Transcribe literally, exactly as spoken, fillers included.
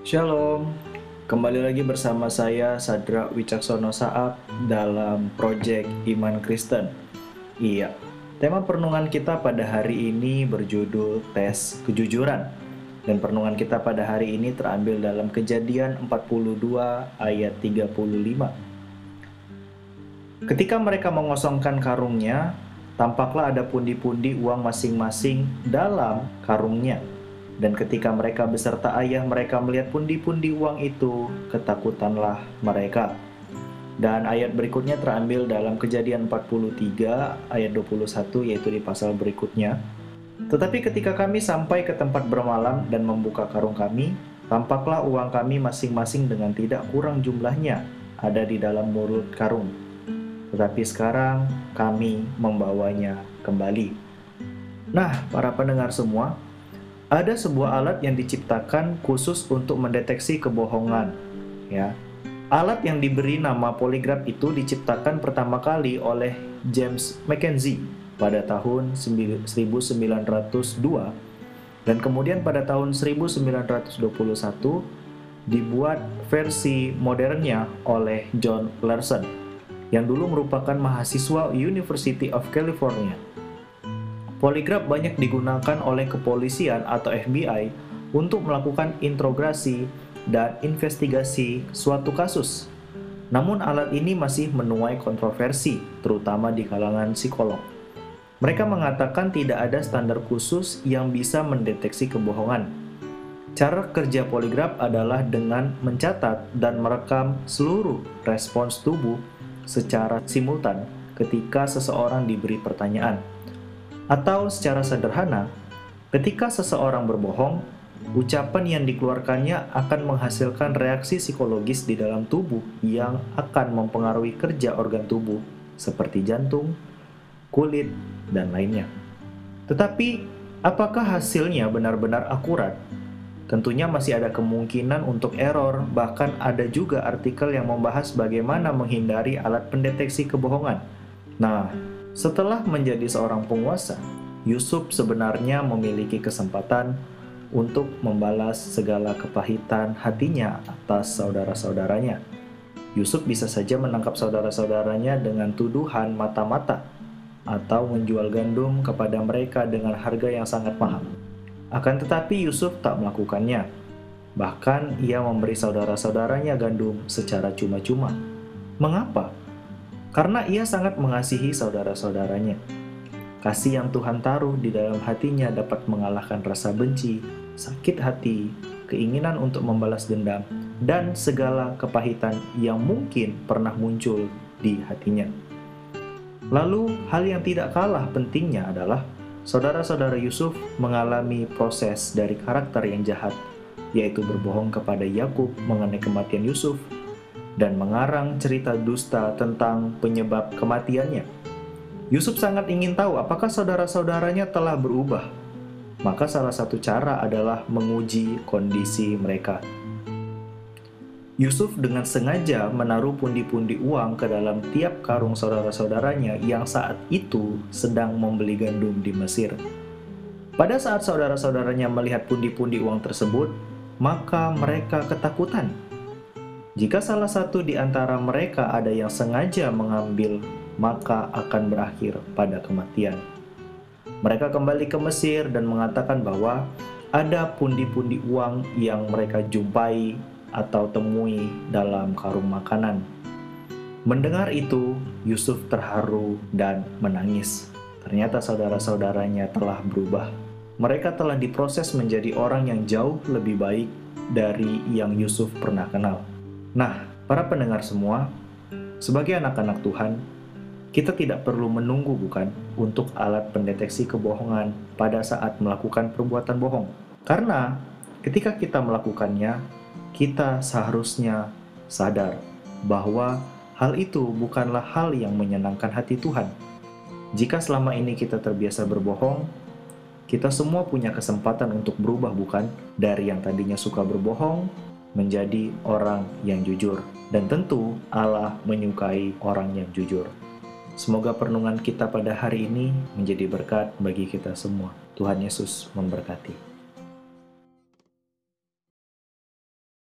Shalom, kembali lagi bersama saya Sadra Wicaksono Saab dalam Project Iman Kristen. Iya, tema perenungan kita pada hari ini berjudul Tes Kejujuran. Dan perenungan kita pada hari ini terambil dalam Kejadian empat puluh dua ayat tiga puluh lima. Ketika mereka mengosongkan karungnya, tampaklah ada pundi-pundi uang masing-masing dalam karungnya. Dan ketika mereka beserta ayah mereka melihat pundi-pundi uang itu, ketakutanlah mereka. Dan ayat berikutnya terambil dalam Kejadian empat puluh tiga ayat dua puluh satu, yaitu di pasal berikutnya. Tetapi ketika kami sampai ke tempat bermalam dan membuka karung kami, tampaklah uang kami masing-masing dengan tidak kurang jumlahnya ada di dalam mulut karung. Tetapi sekarang kami membawanya kembali. Nah, para pendengar semua, ada sebuah alat yang diciptakan khusus untuk mendeteksi kebohongan, ya. Alat yang diberi nama poligraf itu diciptakan pertama kali oleh James Mackenzie pada tahun seribu sembilan ratus dua, dan kemudian pada tahun seribu sembilan ratus dua puluh satu dibuat versi modernnya oleh John Larson yang dulu merupakan mahasiswa University of California. Poligraf banyak digunakan oleh kepolisian atau F B I untuk melakukan interogasi dan investigasi suatu kasus. Namun alat ini masih menuai kontroversi, terutama di kalangan psikolog. Mereka mengatakan tidak ada standar khusus yang bisa mendeteksi kebohongan. Cara kerja poligraf adalah dengan mencatat dan merekam seluruh respons tubuh secara simultan ketika seseorang diberi pertanyaan. Atau secara sederhana, ketika seseorang berbohong, ucapan yang dikeluarkannya akan menghasilkan reaksi psikologis di dalam tubuh yang akan mempengaruhi kerja organ tubuh seperti jantung, kulit, dan lainnya. Tetapi, apakah hasilnya benar-benar akurat? Tentunya masih ada kemungkinan untuk error, bahkan ada juga artikel yang membahas bagaimana menghindari alat pendeteksi kebohongan. Nah, setelah menjadi seorang penguasa, Yusuf sebenarnya memiliki kesempatan untuk membalas segala kepahitan hatinya atas saudara-saudaranya. Yusuf bisa saja menangkap saudara-saudaranya dengan tuduhan mata-mata atau menjual gandum kepada mereka dengan harga yang sangat mahal. Akan tetapi Yusuf tak melakukannya. Bahkan ia memberi saudara-saudaranya gandum secara cuma-cuma. Mengapa? Karena ia sangat mengasihi saudara-saudaranya. Kasih yang Tuhan taruh di dalam hatinya dapat mengalahkan rasa benci, sakit hati, keinginan untuk membalas dendam, dan segala kepahitan yang mungkin pernah muncul di hatinya. Lalu, hal yang tidak kalah pentingnya adalah saudara-saudara Yusuf mengalami proses dari karakter yang jahat, yaitu berbohong kepada Yakub mengenai kematian Yusuf, dan mengarang cerita dusta tentang penyebab kematiannya. Yusuf sangat ingin tahu apakah saudara-saudaranya telah berubah. Maka salah satu cara adalah menguji kondisi mereka. Yusuf dengan sengaja menaruh pundi-pundi uang ke dalam tiap karung saudara-saudaranya yang saat itu sedang membeli gandum di Mesir. Pada saat saudara-saudaranya melihat pundi-pundi uang tersebut, maka mereka ketakutan. Jika salah satu di antara mereka ada yang sengaja mengambil, maka akan berakhir pada kematian. Mereka kembali ke Mesir dan mengatakan bahwa ada pundi-pundi uang yang mereka jumpai atau temui dalam karung makanan. Mendengar itu, Yusuf terharu dan menangis. Ternyata saudara-saudaranya telah berubah. Mereka telah diproses menjadi orang yang jauh lebih baik dari yang Yusuf pernah kenal. Nah, para pendengar semua, sebagai anak-anak Tuhan, kita tidak perlu menunggu bukan untuk alat pendeteksi kebohongan pada saat melakukan perbuatan bohong. Karena ketika kita melakukannya, kita seharusnya sadar bahwa hal itu bukanlah hal yang menyenangkan hati Tuhan. Jika selama ini kita terbiasa berbohong, kita semua punya kesempatan untuk berubah bukan? Dari yang tadinya suka berbohong, menjadi orang yang jujur. Dan tentu Allah menyukai orang yang jujur. Semoga perenungan kita pada hari ini menjadi berkat bagi kita semua. Tuhan Yesus memberkati.